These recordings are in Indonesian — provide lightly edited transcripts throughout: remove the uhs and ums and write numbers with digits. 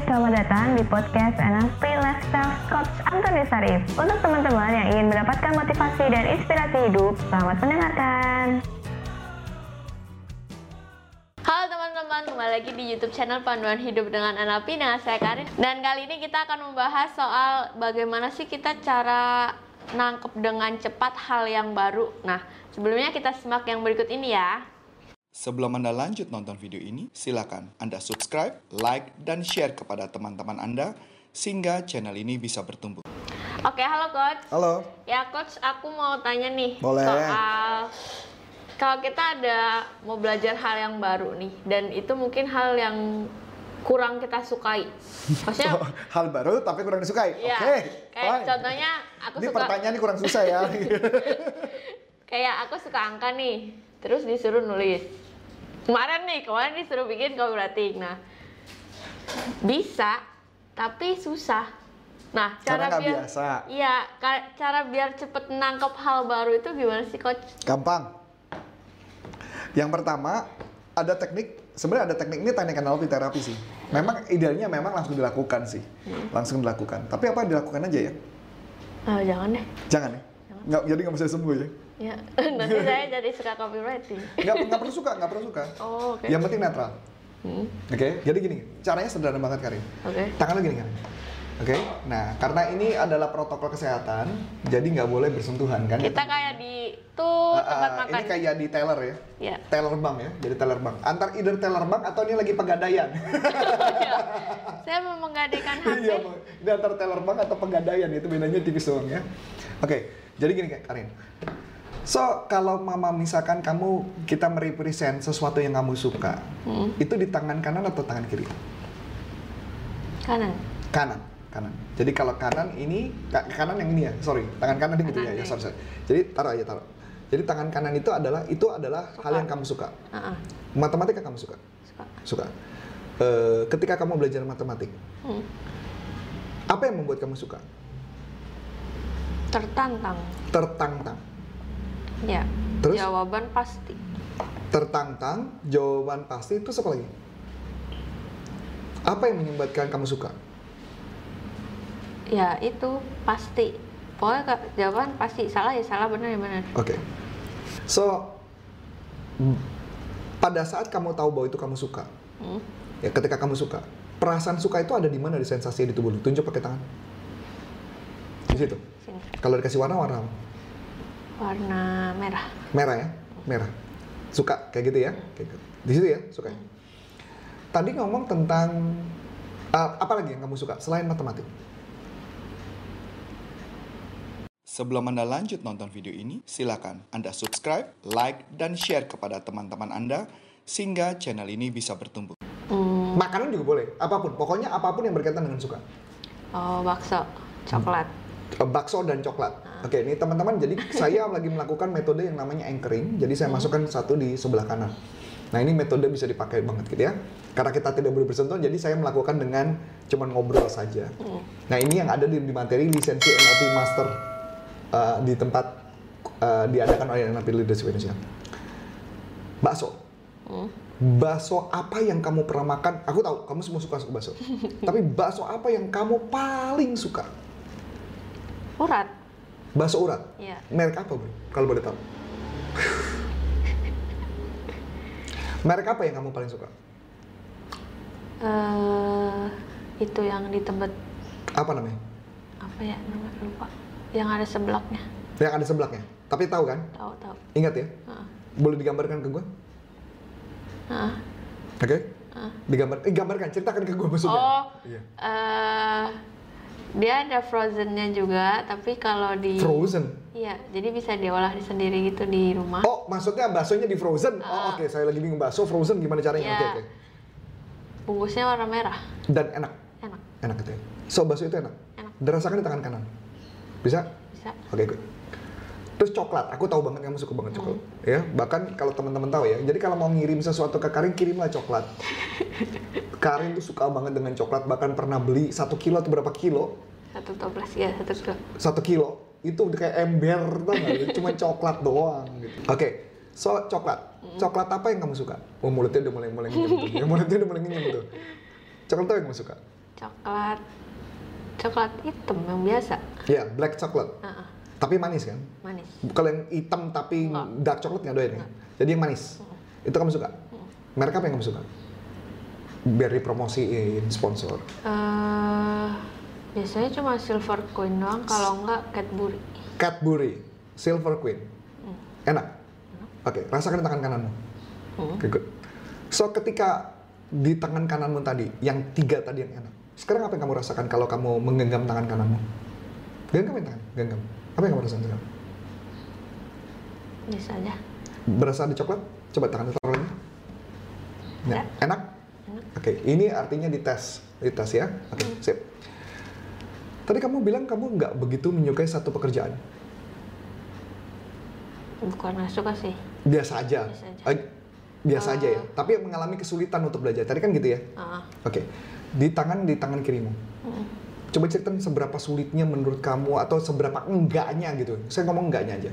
selamat datang di podcast NLP Lifestyle Coach Antoni Sarif. Untuk teman-teman yang ingin mendapatkan motivasi dan inspirasi hidup, selamat mendengarkan. Halo teman-teman, kembali lagi di YouTube channel Panduan Hidup dengan NLP dengan saya Karin. Dan kali ini kita akan membahas soal bagaimana sih kita cara nangkep dengan cepat hal yang baru. Nah, sebelumnya kita simak yang berikut ini ya. Sebelum Anda lanjut nonton video ini, silakan Anda subscribe, like, dan share kepada teman-teman Anda sehingga channel ini bisa bertumbuh. Oke, halo Coach. Halo. Ya Coach, aku mau tanya nih Boleh. soal kalau kita mau belajar hal yang baru nih, dan itu mungkin hal yang kurang kita sukai. Maksudnya hal baru tapi kurang disukai. ya, Oke. kayak Fine. contohnya aku Ini suka pertanyaan ini kurang susah ya. kayak aku suka angka nih, terus disuruh nulis. Kemarin disuruh bikin copywriting. Nah, bisa, tapi susah. Nah, Karena nggak biar biasa. Iya, cara biar cepet nangkep hal baru itu gimana sih, Coach? Gampang. Yang pertama, ada teknik, sebenarnya ada teknik ini teknik NLP terapi sih. Memang idealnya memang langsung dilakukan sih. Langsung dilakukan. Tapi apa dilakukan aja ya? Jangan deh. Jangan ya? Jadi nggak bisa sembuh ya? Ya, nanti saya jadi suka copywriting. Nggak perlu suka. Oh, oke. Yang penting netral. Oke, jadi gini, caranya sederhana banget Karin. Oke. Tangan lo gini Karin. Oke, nah karena ini adalah protokol kesehatan, jadi nggak boleh bersentuhan kan? Kita kayak di tempat makan. Ini kayak di teller ya? Iya. Teller bank ya, jadi teller bank. Antar either teller bank atau ini lagi pegadaian. Iya. Saya mau menggadaikan HP. Iya, ini antar teller bank atau pegadaian, itu bedanya tipis doang ya. Oke, jadi gini Karin. So, kalau mama misalkan kita merepresent sesuatu yang kamu suka, itu di tangan kanan atau tangan kiri? Kanan. Kanan. Jadi kalau kanan ini, kanan yang ini ya, sorry, tangan kanan ini gitu ya, sorry. Jadi taruh. Jadi tangan kanan itu adalah hal yang kamu suka. Matematika kamu suka? Suka. Ketika kamu belajar matematik, apa yang membuat kamu suka? Tertantang. Ya. Terus? Jawaban pasti. Tertantang, jawaban pasti, terus apa lagi? Apa yang menyebabkan kamu suka? Ya itu pasti. Pokoknya jawaban pasti. Salah ya salah, benar ya benar. Oke. So, pada saat kamu tahu bahwa itu kamu suka, ya ketika kamu suka, perasaan suka itu ada di mana di sensasi di tubuh lu? Tunjuk pakai tangan. Di situ. Sini. Kalau dikasih warna apa? Warna merah. Merah ya? Merah. Suka kayak gitu ya? Kayak gitu. Di situ ya, suka. Tadi ngomong tentang apa lagi yang kamu suka selain matematik? Sebelum Anda lanjut nonton video ini, silakan Anda subscribe, like, dan share kepada teman-teman Anda sehingga channel ini bisa bertumbuh. Makanan juga boleh, apapun. Pokoknya apapun yang berkaitan dengan suka. Oh, bakso, coklat. Bakso dan coklat. Oke, ini teman-teman, jadi saya lagi melakukan metode yang namanya anchoring. Jadi saya masukkan satu di sebelah kanan. Nah, ini metode bisa dipakai banget gitu ya. Karena kita tidak boleh bersentuhan, jadi saya melakukan dengan cuman ngobrol saja. Nah, ini yang ada di materi lisensi NLP Master di tempat diadakan oleh NLP Leadership Indonesia. Bakso. Bakso apa yang kamu pernah makan? Aku tahu kamu semua suka bakso. Tapi bakso apa yang kamu paling suka? Urat. Bakso urat? Iya. Merek apa, Bro? Kalau boleh tahu. Merek apa yang kamu paling suka? Itu yang di tempat Apa namanya? apa ya? Namanya lupa. Yang ada seblaknya. Yang ada seblaknya. Tapi tahu kan? Tahu. Ingat ya? Boleh digambarkan ke gue? Oke? Gambarkan, ceritakan ke gue maksudnya. Oh. Iya. Dia ada frozennya juga, tapi kalau di Frozen? Iya, jadi bisa diolah sendiri gitu di rumah. Oh, maksudnya baksonya di frozen? Oh, oke. Saya lagi bingung bakso frozen gimana caranya? Iya. Oke. Bungkusnya warna merah. Dan enak? Enak. Enak gitu ya? So, bakso itu enak? Enak. Dirasakan di tangan kanan? Bisa? Bisa. Oke, good. Terus coklat, aku tahu banget kamu suka banget coklat, ya. Bahkan kalau teman-teman tahu ya, jadi kalau mau ngirim sesuatu ke Karin, kirimlah coklat. Karin tuh suka banget dengan coklat, bahkan pernah beli 1 kilo atau berapa kilo? 112 ya, 1 kilo. 1 kilo, itu kayak ember, tau nggak? Cuma coklat doang gitu. Oke, so coklat. Coklat apa yang kamu suka? Oh, mulutnya udah mulai ngenyam tuh. Ya, mulutnya udah mulai ngenyam tuh. Coklat apa yang kamu suka? Coklat hitam yang biasa. Ya, black chocolate. Tapi manis kan? Manis. Kalau yang hitam tapi dark chocolate nggak doyan ya? Jadi yang manis. Itu kamu suka? Merek apa yang kamu suka? Biar dipromosiin, sponsor. Biasanya cuma Silver Queen doang, kalau enggak Cadbury. Cadbury, Silver Queen. Enak? Oke, rasakan di tangan kananmu. Oke, good. So, ketika di tangan kananmu tadi, yang 3 tadi yang enak. Sekarang apa yang kamu rasakan kalau kamu menggenggam tangan kananmu? Genggam tangan, genggam. Apa yang kamu rasakan sekarang? Biasa aja. Berasa ada coklat? Coba tangan taruh lagi. Ya. Enak? Oke, ini artinya dites ya. Oke, sip. Tadi kamu bilang kamu nggak begitu menyukai satu pekerjaan. Bukan nggak suka sih. Biasa aja. Biasa aja ya. Tapi mengalami kesulitan untuk belajar. Tadi kan gitu ya. Oke. Di tangan kirimu. Coba ceritakan seberapa sulitnya menurut kamu atau seberapa enggaknya gitu. Saya ngomong enggaknya aja.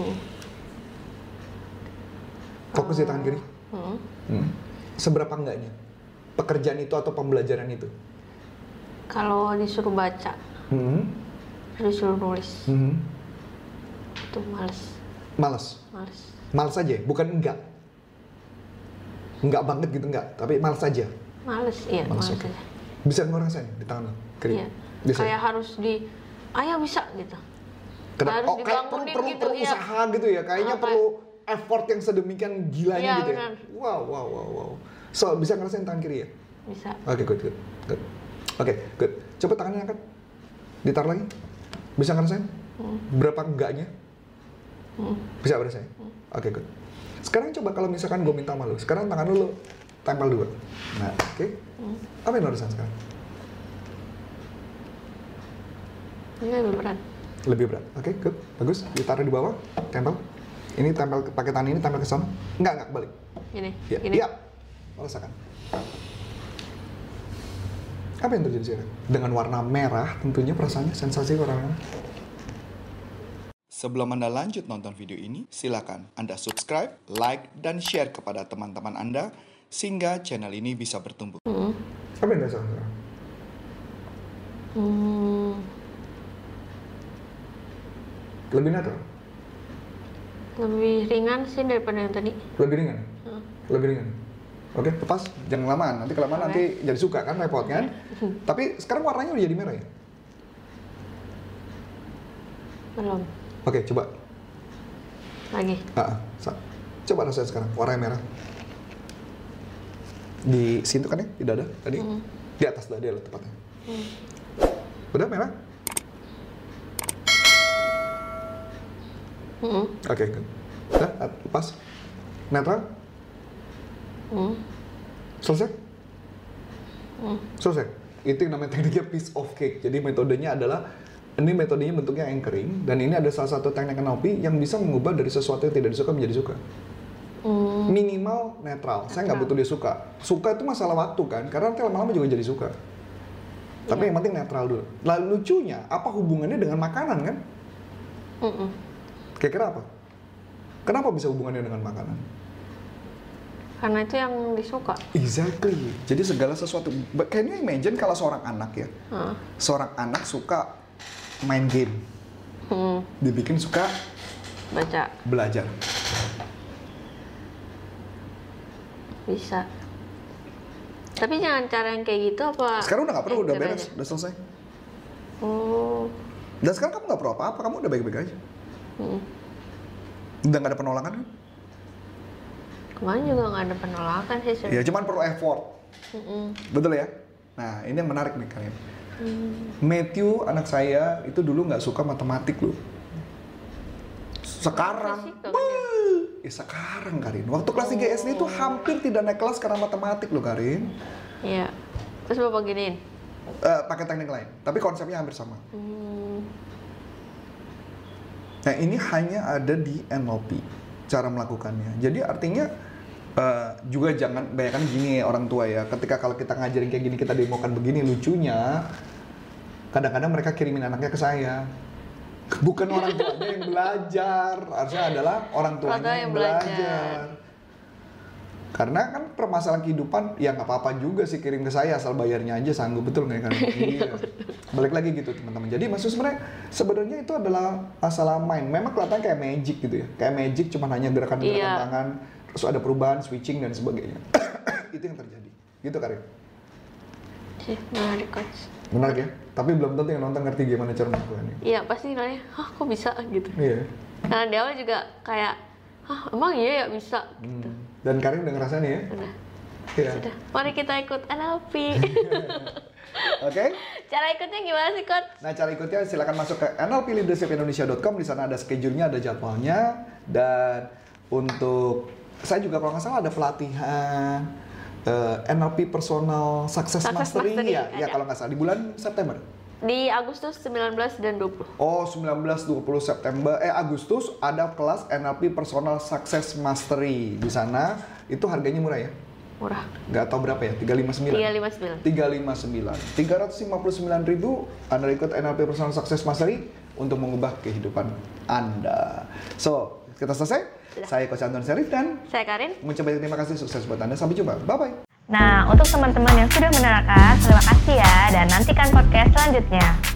Fokus di tangan kiri. Seberapa enggaknya pekerjaan itu atau pembelajaran itu? Kalau disuruh baca, disuruh nulis, itu males. Males aja, bukan enggak. Enggak banget gitu enggak, tapi males aja. Males okay. aja. Bisa ngerasain di tangan lo kiri? Iya. Bisa. Kayak harus ayo bisa gitu. Harus dibangunin perlu gitu, usaha gitu ya. Kayaknya perlu effort yang sedemikian gilanya gitu benar. ya. Wow. So, bisa ngerasain tangan kiri ya? Bisa. Oke, good. Oke, good. Coba tangannya angkat. Ditaruh lagi. Bisa ngerasain? Berapa enggaknya? Bisa ngerasain? Oke, good. Sekarang coba kalau misalkan gue minta sama lu, sekarang tangan lu tempel dua. Nah, oke. Apa yang lo rasain sekarang? Ini lebih berat. Lebih berat. Oke, good. Bagus. Ditaruh di bawah, tempel. Ini tempel pakai tangan ini, tempel ke sana. Enggak, balik. Gini. Iya. Rasakan. Apa yang terjadi sekarang? Dengan warna merah, tentunya perasaannya, sensasi warna merah. Sebelum Anda lanjut nonton video ini, silakan Anda subscribe, like, dan share kepada teman-teman Anda sehingga channel ini bisa bertumbuh. Apa yang rasakan sekarang? Lebih natural? Lebih ringan sih daripada yang tadi. Lebih ringan? Lebih ringan? Oke, lepas. Jangan kelamaan. Nanti kelamaan nanti jadi suka kan, repot kan? Tapi sekarang warnanya udah jadi merah ya? Belum. Oke, coba. Lagi. Coba rasain sekarang, warna merah. Di situ kan ya, di dada tadi. Di atas dada lah tepatnya. Udah merah? Oke, good. Udah, lepas. Netral? Selesai? Selesai? Itu yang namanya tekniknya piece of cake. Jadi metodenya adalah, ini metodenya bentuknya anchoring, dan ini ada salah satu teknik NLP yang bisa mengubah dari sesuatu yang tidak disuka menjadi suka. Minimal netral. Saya nggak butuh dia suka. Suka itu masalah waktu kan, karena nanti lama-lama juga jadi suka. Tapi yang penting netral dulu. Lalu lucunya, apa hubungannya dengan makanan kan? Kira-kira apa? Kenapa bisa hubungannya dengan makanan? Karena itu yang disuka. Exactly. Jadi segala sesuatu. Can you imagine kalau seorang anak ya? Seorang anak suka main game. Dibikin suka belajar. Bisa. Tapi jangan cara yang kayak gitu apa? Sekarang udah nggak perlu, udah beres, udah selesai. Dan sekarang kamu nggak perlu apa-apa, kamu udah baik-baik aja. Udah nggak ada penolakan kan? Kemarin juga nggak ada penolakan sih. Ya, cuman perlu effort. Betul ya? Nah, ini yang menarik nih kalian. Matthew, anak saya, itu dulu nggak suka matematik loh. Sekarang, sekarang Karin. Waktu kelas 3 SD itu hampir tidak naik kelas karena matematik loh Karin. Iya. Terus Bapak giniin? Pakai teknik lain, tapi konsepnya hampir sama. Nah, ini hanya ada di NLP, cara melakukannya. Jadi artinya, juga jangan bayangkan gini orang tua ya, ketika kalau kita ngajarin kayak gini, kita demokan begini, lucunya kadang-kadang mereka kirimin anaknya ke saya, bukan orang tuanya yang belajar, harusnya adalah orang tuanya yang belajar. Karena kan permasalahan kehidupan, ya nggak apa-apa juga sih kirim ke saya asal bayarnya aja sanggup, betul nggak kan? Iya. Balik lagi gitu teman-teman. Jadi maksud sebenarnya itu adalah masalah main. Memang kelihatan kayak magic gitu ya. Kayak magic cuma hanya gerakan-gerakan tangan, terus ada perubahan, switching dan sebagainya. Itu yang terjadi. Gitu Karin. Menarik coach. Menarik ya? Tapi belum tentu yang nonton ngerti gimana cara melakukannya. Iya pasti nanya, kok bisa gitu. Iya. Karena di awal juga kayak, emang iya ya bisa gitu. Dan Karin udah ngerasain ya? Udah. Iya. Sudah. Mari kita ikut NLP. Oke. Cara ikutnya gimana sih coach? Nah, cara ikutnya silakan masuk ke nlpleadershipindonesia.com. Di sana ada schedule-nya, ada jadwalnya, dan untuk saya juga kalau nggak salah ada pelatihan NLP Personal Success Mastery ya kalau nggak salah di bulan September. Di Agustus 19 dan 20. Oh, 19-20 September Agustus ada kelas NLP Personal Success Mastery. Di sana itu harganya murah ya? Murah. Nggak tahu berapa ya? 359. 359.000 Anda ikut NLP Personal Success Mastery untuk mengubah kehidupan Anda. So, kita selesai. Saya Coach Anton Syarif dan saya Karin. mengucapkan terima kasih, sukses buat Anda. Sampai jumpa. Bye-bye. Nah, untuk teman-teman yang sudah menerangkan, terima kasih ya, dan nantikan podcast selanjutnya.